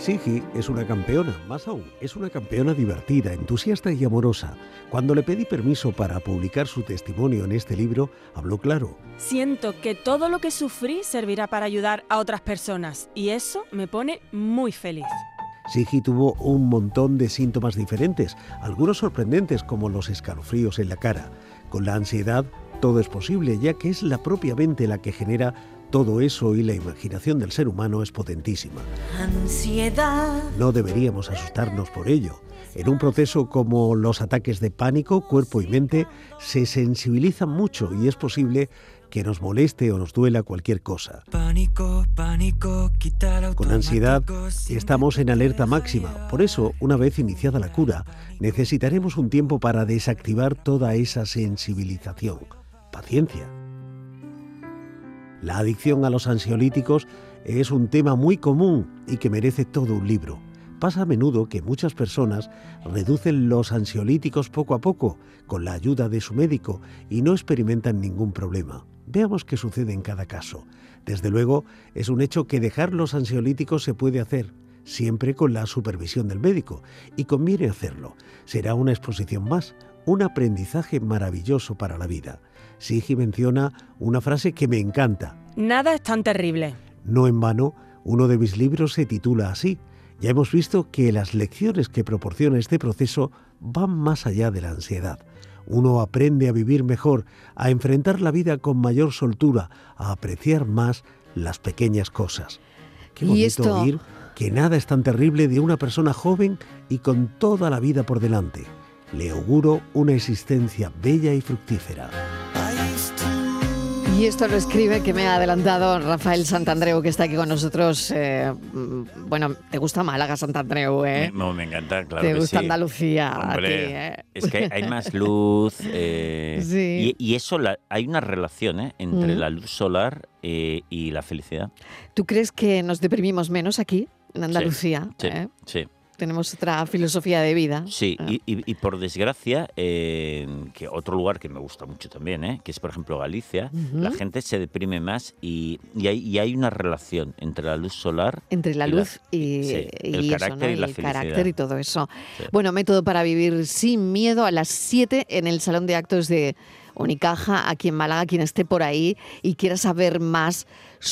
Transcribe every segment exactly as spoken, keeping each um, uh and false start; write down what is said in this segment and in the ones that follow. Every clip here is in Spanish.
Sigi es una campeona, más aún, es una campeona divertida, entusiasta y amorosa. Cuando le pedí permiso para publicar su testimonio en este libro, habló claro. Siento que todo lo que sufrí servirá para ayudar a otras personas y eso me pone muy feliz. Sigi tuvo un montón de síntomas diferentes, algunos sorprendentes como los escalofríos en la cara. Con la ansiedad todo es posible, ya que es la propia mente la que genera todo eso y la imaginación del ser humano es potentísima. Ansiedad. No deberíamos asustarnos por ello. En un proceso como los ataques de pánico, cuerpo y mente se sensibilizan mucho y es posible que nos moleste o nos duela cualquier cosa. Pánico, pánico, quitar Con ansiedad estamos en alerta máxima. Por eso, una vez iniciada la cura, necesitaremos un tiempo para desactivar toda esa sensibilización. Paciencia. La adicción a los ansiolíticos es un tema muy común y que merece todo un libro. Pasa a menudo que muchas personas reducen los ansiolíticos poco a poco con la ayuda de su médico y no experimentan ningún problema. Veamos qué sucede en cada caso. Desde luego, es un hecho que dejar los ansiolíticos se puede hacer, siempre con la supervisión del médico, y conviene hacerlo. Será una exposición más, un aprendizaje maravilloso para la vida. Sigi menciona una frase que me encanta. Nada es tan terrible. No en vano, uno de mis libros se titula así. Ya hemos visto que las lecciones que proporciona este proceso van más allá de la ansiedad. Uno aprende a vivir mejor, a enfrentar la vida con mayor soltura, a apreciar más las pequeñas cosas. Qué bonito Y esto... oír que nada es tan terrible de una persona joven y con toda la vida por delante. Le auguro una existencia bella y fructífera. Y esto lo escribe, que me ha adelantado, Rafael Santandreu, que está aquí con nosotros. Eh, bueno, ¿te gusta Málaga, Santandreu? ¿eh? No, me encanta, claro. ¿Te que gusta sí. Andalucía? Hombre, a ti, ¿eh? es que hay más luz. Eh, Sí. y, y eso, la, hay una relación ¿eh? entre Mm. la luz solar eh, y la felicidad. ¿Tú crees que nos deprimimos menos aquí, en Andalucía? Sí, ¿eh? sí. Tenemos otra filosofía de vida. Sí, ¿eh? y, y, y por desgracia, eh, que otro lugar que me gusta mucho también, ¿eh? que es por ejemplo Galicia, Ujú. la gente se deprime más y, y, hay, y hay una relación entre la luz solar Entre la y luz y, sí, y el eso, carácter ¿no? y la el felicidad. carácter y todo eso. Sí. Bueno, método para vivir sin miedo a las siete en el Salón de Actos de Unicaja, aquí en Málaga. Quien esté por ahí y quiera saber más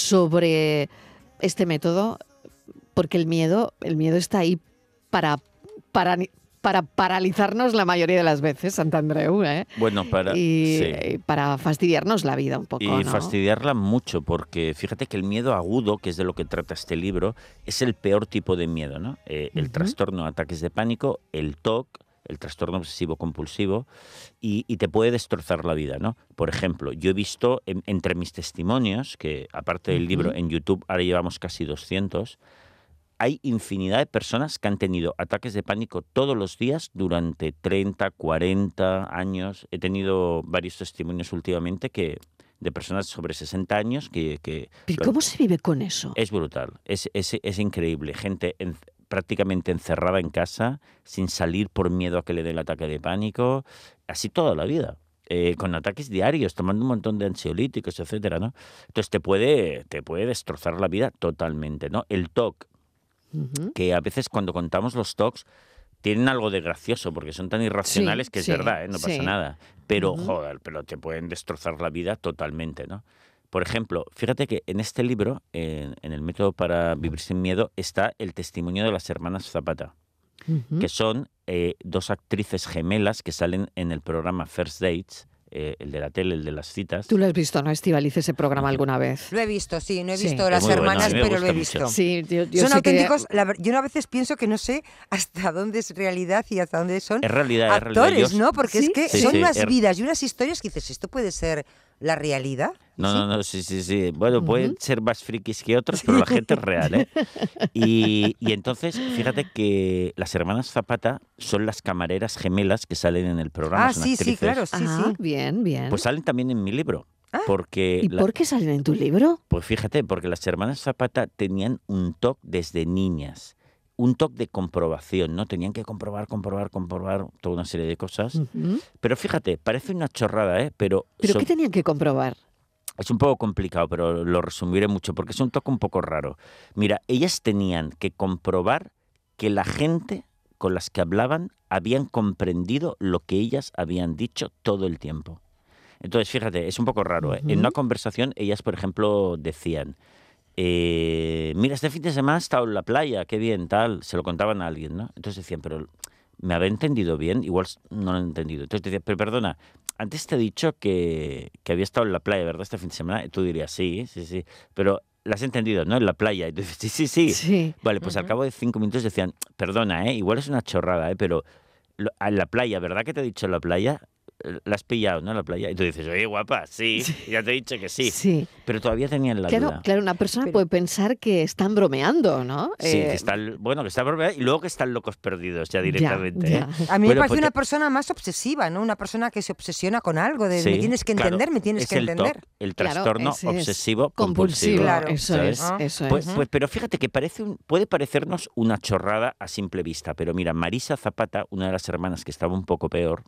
sobre este método, porque el miedo, el miedo está ahí para, para, para paralizarnos la mayoría de las veces, Santandreu, ¿eh? Bueno, para, y, sí. y para fastidiarnos la vida un poco, Y ¿no? fastidiarla mucho, porque fíjate que el miedo agudo, que es de lo que trata este libro, es el peor tipo de miedo, ¿no? Eh, el Ujú. trastorno de ataques de pánico, el T O C, el trastorno obsesivo compulsivo, y, y te puede destrozar la vida, ¿no? Por ejemplo, yo he visto en, entre mis testimonios, que aparte del Ujú. libro en YouTube, ahora llevamos casi doscientos, hay infinidad de personas que han tenido ataques de pánico todos los días durante treinta, cuarenta años. He tenido varios testimonios últimamente que de personas sobre sesenta años que... que ¿Pero cómo se vive con eso? Es brutal, es, es, es increíble. Gente en, prácticamente encerrada en casa, sin salir por miedo a que le dé el ataque de pánico, así toda la vida. Eh, con ataques diarios, tomando un montón de ansiolíticos, etcétera, ¿no? Entonces te puede, te puede destrozar la vida totalmente, ¿no? El T O C, Ujú. que a veces cuando contamos los T O Cs tienen algo de gracioso porque son tan irracionales Sí, que es sí, verdad, ¿eh? No sí. pasa nada. Pero, Ujú. joder, pero te pueden destrozar la vida totalmente, ¿no? Por ejemplo, fíjate que en este libro, en, en el método para vivir sin miedo, está el testimonio de las hermanas Zapata, Ujú. que son eh, dos actrices gemelas que salen en el programa First Dates, eh, el de la tele, el de las citas. Tú lo has visto, ¿no, Estíbaliz, ese programa alguna vez? Lo he visto, sí, no he Sí. visto Es Las muy bueno, Hermanas, a mí me pero lo he gusta visto. mucho. Sí, yo, yo Son sé que- auténticos, la ver- yo a veces pienso que no sé hasta dónde es realidad y hasta dónde son Es realidad, es realidad. actores, Yo- ¿no? Porque ¿Sí? es que Sí, son sí, unas er- vidas y unas historias que dices, ¿esto puede ser la realidad? No, ¿Sí? no, no, sí, sí, sí. Bueno, Ujú. pueden ser más frikis que otros, pero la gente es real, ¿eh? Y, y entonces, fíjate que las hermanas Zapata son las camareras gemelas que salen en el programa. Ah, son sí, sí, actrices. claro, sí, Ah, sí. bien, bien. Pues salen también en mi libro. Ah, Porque ¿Y la- por qué salen en tu libro? Pues fíjate, porque las hermanas Zapata tenían un T O C desde niñas. Un T O C de comprobación, ¿no? Tenían que comprobar, comprobar, comprobar toda una serie de cosas. Ujú. Pero fíjate, parece una chorrada, ¿eh? Pero, ¿Pero so- qué tenían que comprobar? Es un poco complicado, pero lo resumiré mucho porque es un toque un poco raro. Mira, ellas tenían que comprobar que la gente con las que hablaban habían comprendido lo que ellas habían dicho todo el tiempo. Entonces, fíjate, es un poco raro, ¿eh? Ujú. En una conversación, ellas, por ejemplo, decían, eh, mira, este fin de semana he estado en la playa, qué bien, tal. Se lo contaban a alguien, ¿no? Entonces decían, pero ¿me habré entendido bien? Igual no lo he entendido. Entonces decían, pero perdona, antes te he dicho que, que había estado en la playa, ¿verdad? Este fin de semana. Y tú dirías, sí, sí, sí. Pero la has entendido, ¿no? En la playa. Y tú dices, sí, sí, sí. Sí. Vale, pues al Ujú. cabo de cinco minutos decían, perdona, ¿eh? Igual es una chorrada, ¿eh? Pero lo- en la playa, ¿verdad que te he dicho en la playa? Eh, La has pillado, ¿no? En la playa. Y tú dices, oye, guapa, sí, ya te he dicho que sí. Sí. Pero todavía tenían la Claro, duda. claro, una persona Pero- puede pensar que están bromeando, ¿no? Sí, Eh, que están, bueno, que están bromeando y luego que están locos perdidos ya ya, directamente. ya. ¿eh? A mí me Bueno, parece pues una te- persona más obsesiva, ¿no? Una persona que se obsesiona con algo, de me Sí, tienes que claro, entender, me tienes es que el entender. TOC, el Claro, trastorno ese es obsesivo compulsivo. compulsivo. Claro. Eso ¿sabes? es, eso Pues, es. pues, pero fíjate que parece un- puede parecernos una chorrada a simple vista, pero mira, Marisa Zapata, una de las hermanas que estaba un poco peor,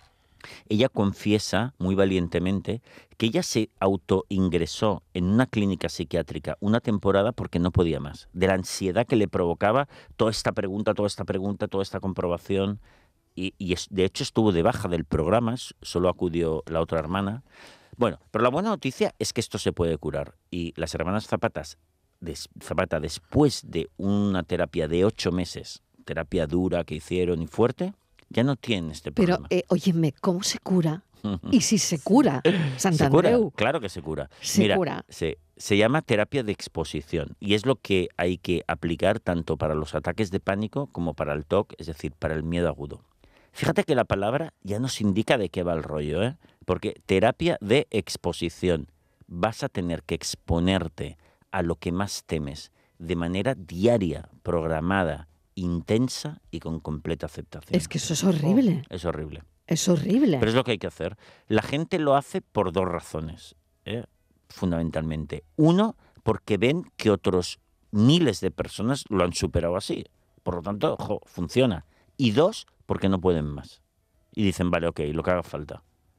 ella confiesa muy valientemente que ella se autoingresó en una clínica psiquiátrica una temporada porque no podía más, de la ansiedad que le provocaba toda esta pregunta, toda esta pregunta, toda esta comprobación. Y, y es- de hecho estuvo de baja del programa, s- solo acudió la otra hermana. Bueno, pero la buena noticia es que esto se puede curar. Y las hermanas Zapatas, des- Zapata, después de una terapia de ocho meses, terapia dura que hicieron y fuerte, ya no tienen este Pero, problema. eh, óyeme, ¿cómo se cura? ¿Y si se cura? ¿Se cura? Santandreu, Claro que se cura. se Mira, cura. Se, se llama terapia de exposición y es lo que hay que aplicar tanto para los ataques de pánico como para el T O C, es decir, para el miedo agudo. Fíjate que la palabra ya nos indica de qué va el rollo, ¿eh? Porque terapia de exposición. Vas a tener que exponerte a lo que más temes de manera diaria, programada, intensa y con completa aceptación. Es que eso es horrible. Es horrible. Es horrible. Pero es lo que hay que hacer. La gente lo hace por dos razones, ¿eh? Fundamentalmente. Uno, porque ven que otros miles de personas lo han superado así. Por lo tanto, jo, funciona. Y dos, porque no pueden más. Y dicen, vale, ok, lo que haga falta.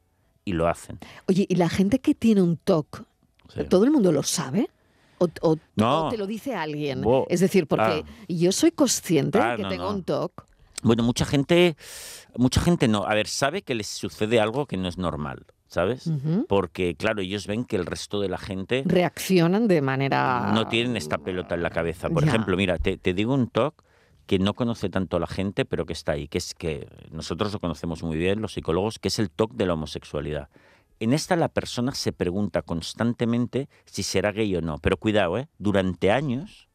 Y lo hacen. Oye, ¿y la gente que tiene un T O C, Sí. todo el mundo lo sabe? ¿O, o- No. o te lo dice alguien? Bo- Es decir, porque Ah. yo soy consciente Ah, de que no, tengo no. un T O C. Bueno, mucha gente, mucha gente no. A ver, sabe que les sucede algo que no es normal, ¿sabes? Ujú. Porque, claro, ellos ven que el resto de la gente Reaccionan de manera... no tienen esta pelota en la cabeza. Por Ya. ejemplo, mira, te, te digo un T O C que no conoce tanto la gente, pero que está ahí, que es que nosotros lo conocemos muy bien, los psicólogos, que es el T O C de la homosexualidad. En esta la persona se pregunta constantemente si será gay o no. Pero cuidado, ¿eh? Durante años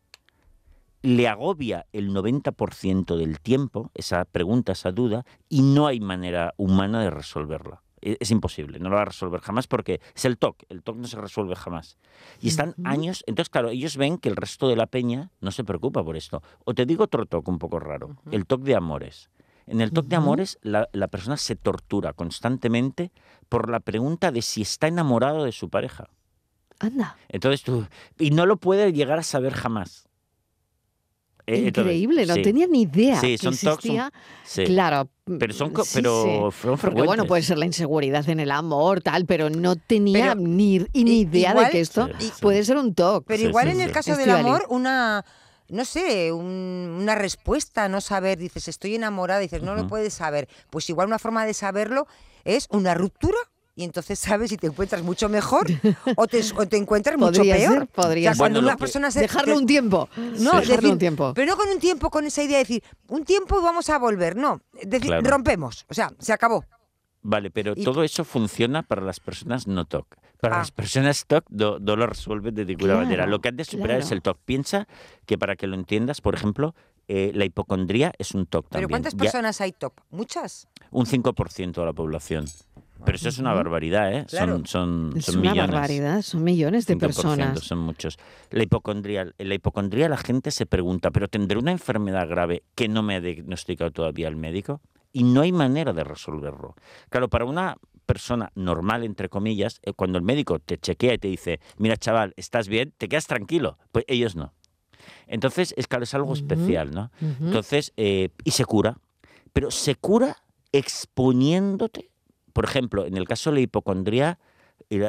le agobia el noventa por ciento del tiempo esa pregunta, esa duda, y no hay manera humana de resolverla. E- Es imposible, no lo va a resolver jamás porque es el T O C, el T O C no se resuelve jamás. Y están Ujú. años, entonces claro, ellos ven que el resto de la peña no se preocupa por esto. O te digo otro T O C un poco raro, el T O C de amores. En el T O C de Ujú. amores la, la persona se tortura constantemente por la pregunta de si está enamorado de su pareja. Anda, Entonces tú, y no lo puede llegar a saber jamás. Eh, entonces, increíble, no sí. tenía ni idea Sí, que son T O C, son- existía. Sí. Claro. Pero son, co- sí, pero sí. son Porque frecuentes. bueno, puede ser la inseguridad en el amor, tal, pero no tenía Pero, ni, y ni i- idea igual- de que esto Sí, sí. puede ser un T O C. Pero Sí, igual sí, en el sí. caso del Estivali. amor, una, no sé, un- una respuesta, no saber, dices, estoy enamorada, dices, no lo Ujú. puedes saber. Pues igual una forma de saberlo es una ruptura y entonces sabes si te encuentras mucho mejor o te, o te encuentras mucho Podría peor. ser, podría o sea, ser. cuando Bueno, lo una que- persona se... Dejarlo te- un tiempo. No, Dejarlo decir, un tiempo. pero no con un tiempo, con esa idea de decir, un tiempo y vamos a volver, no. Es decir, Claro. rompemos, o sea, se acabó. Vale, pero Y- todo eso funciona para las personas no T O C. Para Ah. las personas T O C no, no lo resuelven de ninguna Claro, manera. Lo que han de superar es claro. el T O C. Piensa que para que lo entiendas, por ejemplo, eh, la hipocondría es un T O C Pero también. ¿cuántas Ya personas hay top? ¿Muchas? un cinco por ciento de la población. Pero eso es una Ujú. barbaridad, ¿eh? Claro. Son, son, Es son una millones. barbaridad, son millones de cinco por ciento, personas. son muchos. La hipocondría, en la hipocondría la gente se pregunta, ¿pero tendré una enfermedad grave que no me ha diagnosticado todavía el médico? Y no hay manera de resolverlo. Claro, para una persona normal, entre comillas, eh, cuando el médico te chequea y te dice, mira chaval, ¿estás bien? ¿Te quedas tranquilo? Pues ellos no. Entonces, es claro, es algo Ujú. especial, ¿no? Ujú. Entonces, eh, y se cura. Pero se cura exponiéndote. Por ejemplo, en el caso de la hipocondría, eh, eh,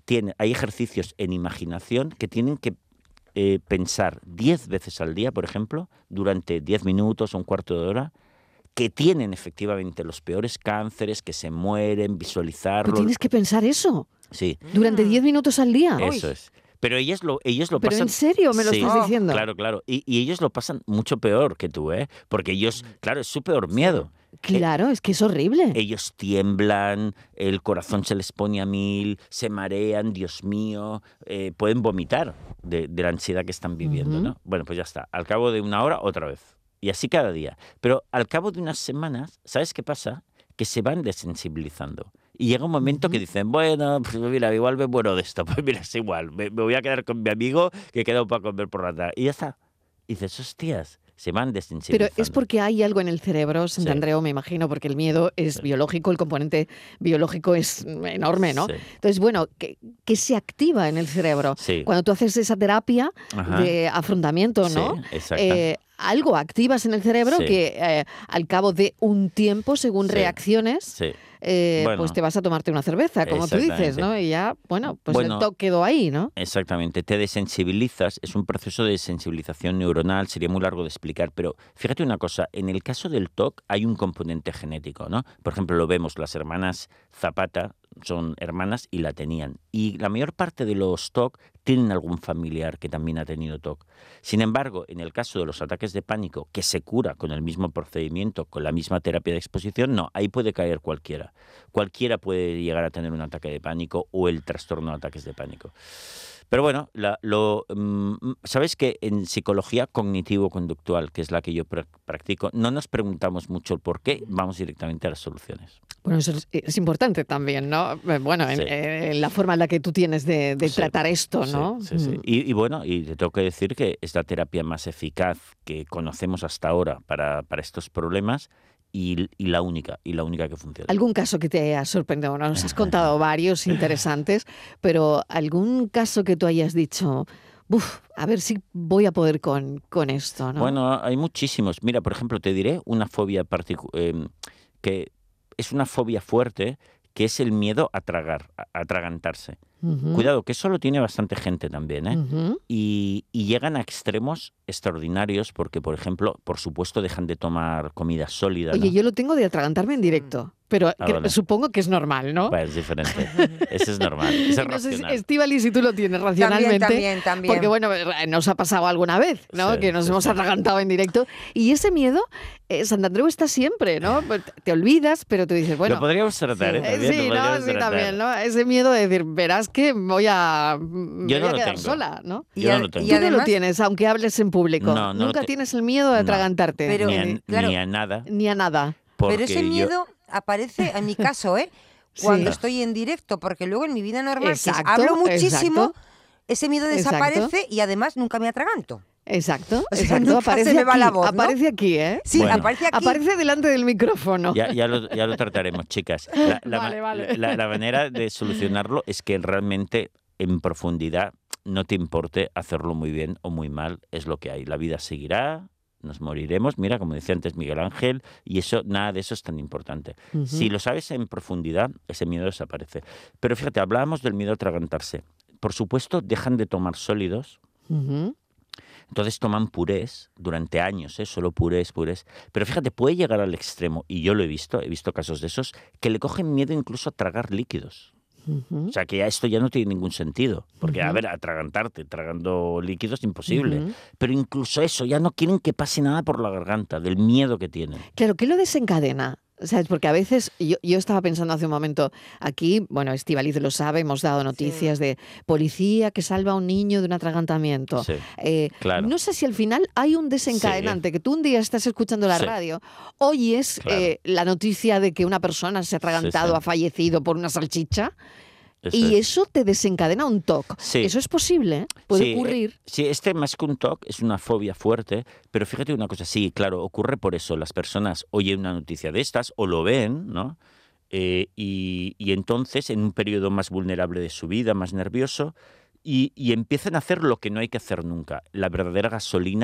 tiene, hay ejercicios en imaginación que tienen que eh, pensar diez veces al día, por ejemplo, durante diez minutos o un cuarto de hora, que tienen efectivamente los peores cánceres, que se mueren, visualizarlo. ¿Tú tienes que pensar eso? Sí. ¿Durante diez minutos al día? Eso es. Pero ellos lo, ellos lo ¿Pero pasan... en serio me lo Sí, estás diciendo? Claro, claro. Y, y ellos lo pasan mucho peor que tú, ¿eh? Porque ellos, claro, es su peor miedo. Claro, es que es horrible. Ellos tiemblan, el corazón se les pone a mil, se marean, Dios mío, eh, pueden vomitar de, de la ansiedad que están viviendo, Ujú. ¿no? Bueno, pues ya está. Al cabo de una hora, otra vez. Y así cada día. Pero al cabo de unas semanas, ¿sabes qué pasa? Que se van desensibilizando. Y llega un momento que dicen, bueno, pues mira, igual me muero de esto. Pues mira, es igual, me, me voy a quedar con mi amigo que he quedado para comer por la tarde. Y ya está. Y dices, hostias, se van desensibilizando. Pero es porque hay algo en el cerebro, Santandreu, me imagino, porque el miedo es Sí. biológico, el componente biológico es enorme, ¿no? Sí. Entonces, bueno, que, que se activa en el cerebro. Sí. Cuando tú haces esa terapia Ajá. de afrontamiento, ¿no? Sí, exacto. Eh, algo activas en el cerebro Sí. que eh, al cabo de un tiempo, según Sí. reacciones, Sí. eh, Bueno. pues te vas a tomarte una cerveza, como tú dices, Exactamente. ¿no? Y ya, bueno, pues Bueno. el toque quedó ahí, ¿no? Exactamente, te desensibilizas, es un proceso de sensibilización neuronal, sería muy largo de explicar, pero fíjate una cosa, en el caso del T O C hay un componente genético, ¿no? Por ejemplo, lo vemos, las hermanas Zapata son hermanas y la tenían, y la mayor parte de los T O C tienen algún familiar que también ha tenido T O C. Sin embargo, en el caso de los ataques de pánico, que se cura con el mismo procedimiento, con la misma terapia de exposición, no, ahí puede caer cualquiera. Cualquiera puede llegar a tener un ataque de pánico o el trastorno de ataques de pánico. Pero bueno, la, lo, mm, sabes que en psicología cognitivo-conductual, que es la que yo pra- practico, no nos preguntamos mucho el por qué, vamos directamente a las soluciones. Bueno, eso es, es importante también, ¿no? Eh, Bueno, en, Sí. en la forma en la que tú tienes de, de Sí, tratar esto, Sí, ¿no? sí, sí. Mm. Y, y bueno, y te tengo que decir que es la terapia más eficaz que conocemos hasta ahora para, para estos problemas y, y la única, y la única que funciona. ¿Algún caso que te haya sorprendido? Bueno, nos has contado varios interesantes, pero algún caso que tú hayas dicho, uff, a ver si voy a poder con, con esto, ¿no? Bueno, hay muchísimos. Mira, por ejemplo, te diré una fobia particu- eh, que es una fobia fuerte, que es el miedo a tragar, a a atragantarse. Ujú, Cuidado, que eso lo tiene bastante gente también, ¿eh? ujú. Y, y llegan a extremos extraordinarios porque, por ejemplo, por supuesto dejan de tomar comida sólida. Oye, ¿no? yo lo tengo de atragantarme en directo, pero Ah, que- vale. supongo que es normal, ¿no? Bueno, es diferente. Eso es normal. Eso es Y no sé si, racional. Estíbaliz, si tú lo tienes También, racionalmente. también, también. Porque bueno, nos ha pasado alguna vez, ¿no? Sí, que nos sí, hemos sí. atragantado en directo. Y ese miedo, eh, Santandreu está siempre, ¿no? Pues te olvidas, pero tú dices, bueno... lo podríamos tratar, ¿eh? eh, También lo sí, ¿no? podríamos Sí, tratar. también, ¿no? Ese miedo de decir, verás que voy a, me Yo voy no a lo quedar tengo. sola, ¿no? Y Yo a- no lo tengo. y Tú no lo además- tienes, aunque hables en público. No, no lo Nunca te- tienes el miedo de No. atragantarte. Pero- Ni a, ni, claro. ni a nada. ni a nada. Porque Pero ese yo- miedo aparece, en mi caso, ¿eh? Sí. Cuando estoy en directo, porque luego en mi vida normal, que es- Exacto, hablo muchísimo, exacto. ese miedo Exacto. desaparece y además nunca me atraganto. Exacto, O sea, exacto. nunca Aparece se me va aquí, la voz, ¿no? aparece aquí, ¿eh? Sí, Bueno. aparece aquí. Aparece delante del micrófono. Ya, ya, lo, ya lo trataremos, chicas. La, la Vale, ma- vale. la- la manera de solucionarlo es que realmente en profundidad no te importe hacerlo muy bien o muy mal, es lo que hay. La vida seguirá, nos moriremos, mira, como decía antes Miguel Ángel, y eso, nada de eso es tan importante. Ujú. Si lo sabes en profundidad, ese miedo desaparece. Pero fíjate, hablábamos del miedo a atragantarse. Por supuesto, dejan de tomar sólidos. Ujú. Entonces toman purés durante años, ¿eh? Solo purés, purés. Pero fíjate, puede llegar al extremo, y yo lo he visto, he visto casos de esos, que le cogen miedo incluso a tragar líquidos. Ujú. O sea, que ya esto ya no tiene ningún sentido. Porque, a Ujú. ver, atragantarte tragando líquidos es imposible. Ujú. Pero incluso eso, ya no quieren que pase nada por la garganta, del miedo que tienen. Claro, ¿qué lo desencadena? ¿Sabes? Porque a veces, yo, yo estaba pensando hace un momento, aquí, bueno, Estíbaliz lo sabe, hemos dado noticias de policía que salva a un niño de un atragantamiento. Sí, Eh, claro. No sé si al final hay un desencadenante, que tú un día estás escuchando la Sí. radio, oyes Claro. eh, la noticia de que una persona se ha atragantado, sí. ha fallecido por una salchicha, Eso y es. eso te desencadena un T O C. Sí. Eso es posible, ¿eh? Puede Sí, eh, ocurrir. Sí, este más que un T O C es una fobia fuerte, pero fíjate una cosa, sí, claro, ocurre por eso. Las personas oyen una noticia de estas o lo ven, ¿no? Eh, y, y entonces, en un periodo más vulnerable de su vida, más nervioso, y, y empiezan a hacer lo que no hay que hacer nunca. La verdadera gasolina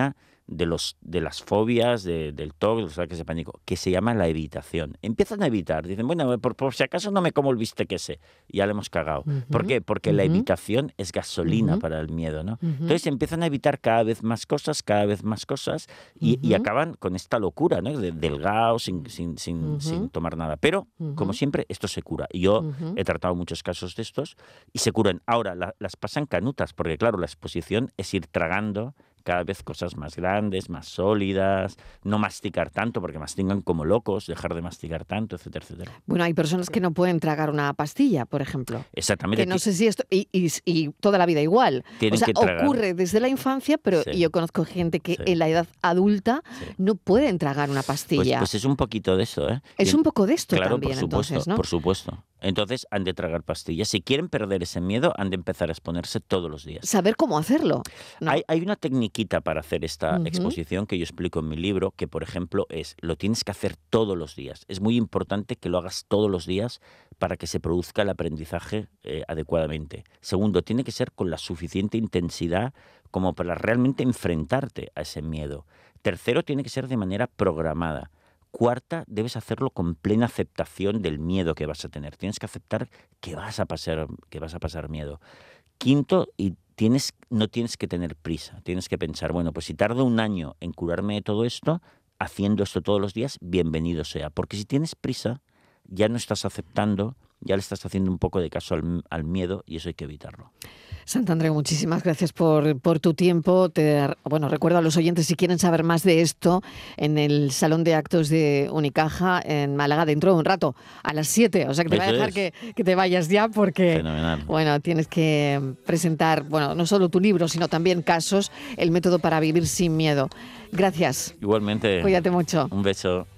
de, los, de las fobias, de, del T O C, de los ataques de pánico, que se llama la evitación. Empiezan a evitar, dicen, bueno, por, por si acaso no me como el bistec ese, ya le hemos cagado. Uh-huh. ¿Por qué? Porque uh-huh. la evitación es gasolina uh-huh. para el miedo, ¿no? Uh-huh. Entonces empiezan a evitar cada vez más cosas, cada vez más cosas, y, uh-huh. y acaban con esta locura, ¿no? De, delgado, sin, sin, sin, uh-huh. sin tomar nada. Pero, uh-huh. como siempre, esto se cura. Y yo uh-huh. he tratado muchos casos de estos y se curan. Ahora, la, las pasan canutas, porque claro, la exposición es ir tragando cada vez cosas más grandes, más sólidas, no masticar tanto, porque mastican como locos, dejar de masticar tanto, etcétera, etcétera. Bueno, hay personas que no pueden tragar una pastilla, por ejemplo. Exactamente. Que no sé si esto... Y, y, y toda la vida igual. Tienen o sea, que tragar. Ocurre desde la infancia, pero Sí. yo conozco gente que Sí. en la edad adulta Sí. no pueden tragar una Pues, pastilla. pues es un poquito de eso, ¿eh? Es Y- un poco de esto Claro, también, por supuesto, entonces, ¿no? por supuesto. Entonces han de tragar pastillas. Si quieren perder ese miedo, han de empezar a exponerse todos los días. Saber cómo hacerlo. ¿no? Hay, hay una tecniquita para hacer esta Ujú. exposición que yo explico en mi libro, que por ejemplo es, lo tienes que hacer todos los días. Es muy importante que lo hagas todos los días para que se produzca el aprendizaje eh, adecuadamente. Segundo, tiene que ser con la suficiente intensidad como para realmente enfrentarte a ese miedo. Tercero, tiene que ser de manera programada. Cuarta, debes hacerlo con plena aceptación del miedo que vas a tener. Tienes que aceptar que vas a pasar, que vas a pasar miedo. Quinto, y tienes, no tienes que tener prisa. Tienes que pensar, bueno, pues si tardo un año en curarme de todo esto, haciendo esto todos los días, bienvenido sea. Porque si tienes prisa, ya no estás aceptando, ya le estás haciendo un poco de caso al, al miedo y eso hay que evitarlo. Santandreu, muchísimas gracias por, por tu tiempo. Te, bueno, recuerdo a los oyentes, si quieren saber más de esto, en el Salón de Actos de Unicaja en Málaga dentro de un rato, a las siete. O sea que te voy a Eso dejar es. que, que te vayas ya porque, Fenomenal. bueno, tienes que presentar, bueno, no solo tu libro, sino también casos, el método para vivir sin miedo. Gracias. Igualmente, Cuídate mucho. un beso.